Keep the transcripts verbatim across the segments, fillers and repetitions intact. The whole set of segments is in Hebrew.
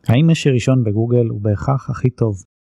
האם מי שראשון בגוגל הוא בהכרח הכי טוב?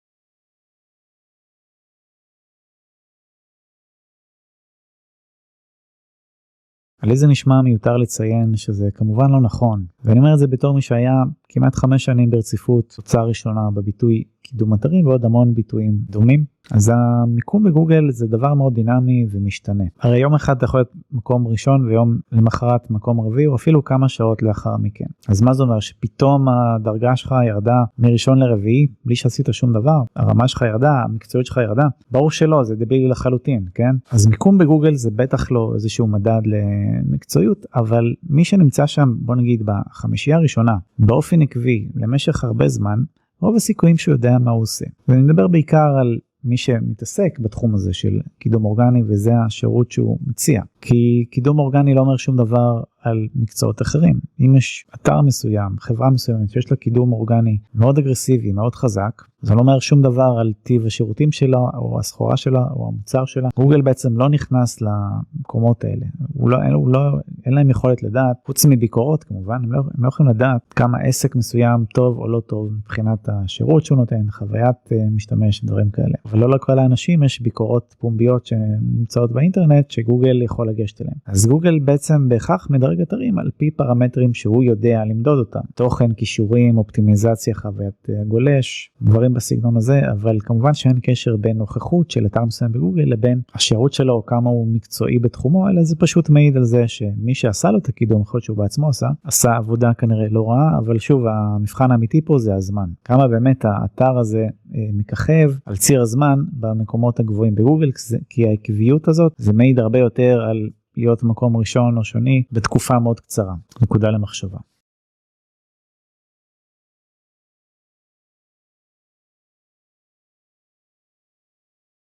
עלי זה נשמע מיותר לציין שזה כמובן לא נכון, ואני אומר את זה בתור מי שהיה כמעט חמש שנים ברציפות תוצאה ראשונה בביטוי קידום אתרים ועוד המון ביטויים דומים. אז המיקום בגוגל זה דבר מאוד דינמי ומשתנה. הרי יום אחד אתה יכול להיות מקום ראשון ויום למחרת מקום רביעי או אפילו כמה שעות לאחר מכן. אז מה זה אומר? שפתאום הדרגה שלך ירדה מראשון לרביעי בלי שעשית שום דבר? הרמה שלך ירדה, המקצועיות שלך ירדה? ברור שלא, זה דבילי לחלוטין, כן? אז מיקום בגוגל זה בטח לא איזשהו מדד למקצועיות, אבל מי שנמצא שם, בוא נגיד בחמישייה הראשונה, באופן עקבי למשך הרבה זמן, רוב הסיכויים שהוא יודע מה הוא עושה. ואני מדבר בעיקר על מי שמתעסק בתחום הזה של קידום אורגני, וזה השירות שהוא מציע. כי קידום אורגני לא אומר שום דבר על מקצועות אחרים. אם יש אתר מסוים, חברה מסוימת שיש לה קידום אורגני מאוד אגרסיבי, מאוד חזק, זה לא אומר שום דבר על טיב השירותים שלה, או הסחורה שלה, או המוצר שלה. גוגל בעצם לא נכנס למקומות האלה. הוא לא, הוא לא, אין להם יכולת לדעת, חוץ מביקורות כמובן, הם לא, הם לא יכולים לדעת כמה עסק מסוים טוב או לא טוב מבחינת השירות שהוא נותן, חוויית משתמש, דברים כאלה. אבל לא לכל האנשים יש ביקורות פומביות שנמצאות באינטרנט שגוגל יכול לגשת אליהם. אז גוגל בעצם בהכרח מדרג אתרים על פי פרמטרים שהוא יודע למדוד אותם. תוכן, קישורים, אופטימיזציה, חוויית גולש, דברים בסגנון הזה, אבל כמובן שאין קשר בין נוכחות של אתר מסוים בגוגל לבין השירות שלו או כמה הוא מקצועי בתחומו, אלא זה פשוט מעיד על זה שמי שעשה לו את הקידום, יכול להיות שהוא בעצמו עשה, עשה עבודה כנראה לא רעה, אבל שוב, המבחן האמיתי פה זה הזמן. כמה באמת האתר הזה אה, מככב על ציר הזמן במקומות הגבוהים בגוגל, כי העקביות הזאת זה מעיד הרבה יותר על להיות מקום ראשון או שני בתקופה מאוד קצרה. נקודה למחשבה.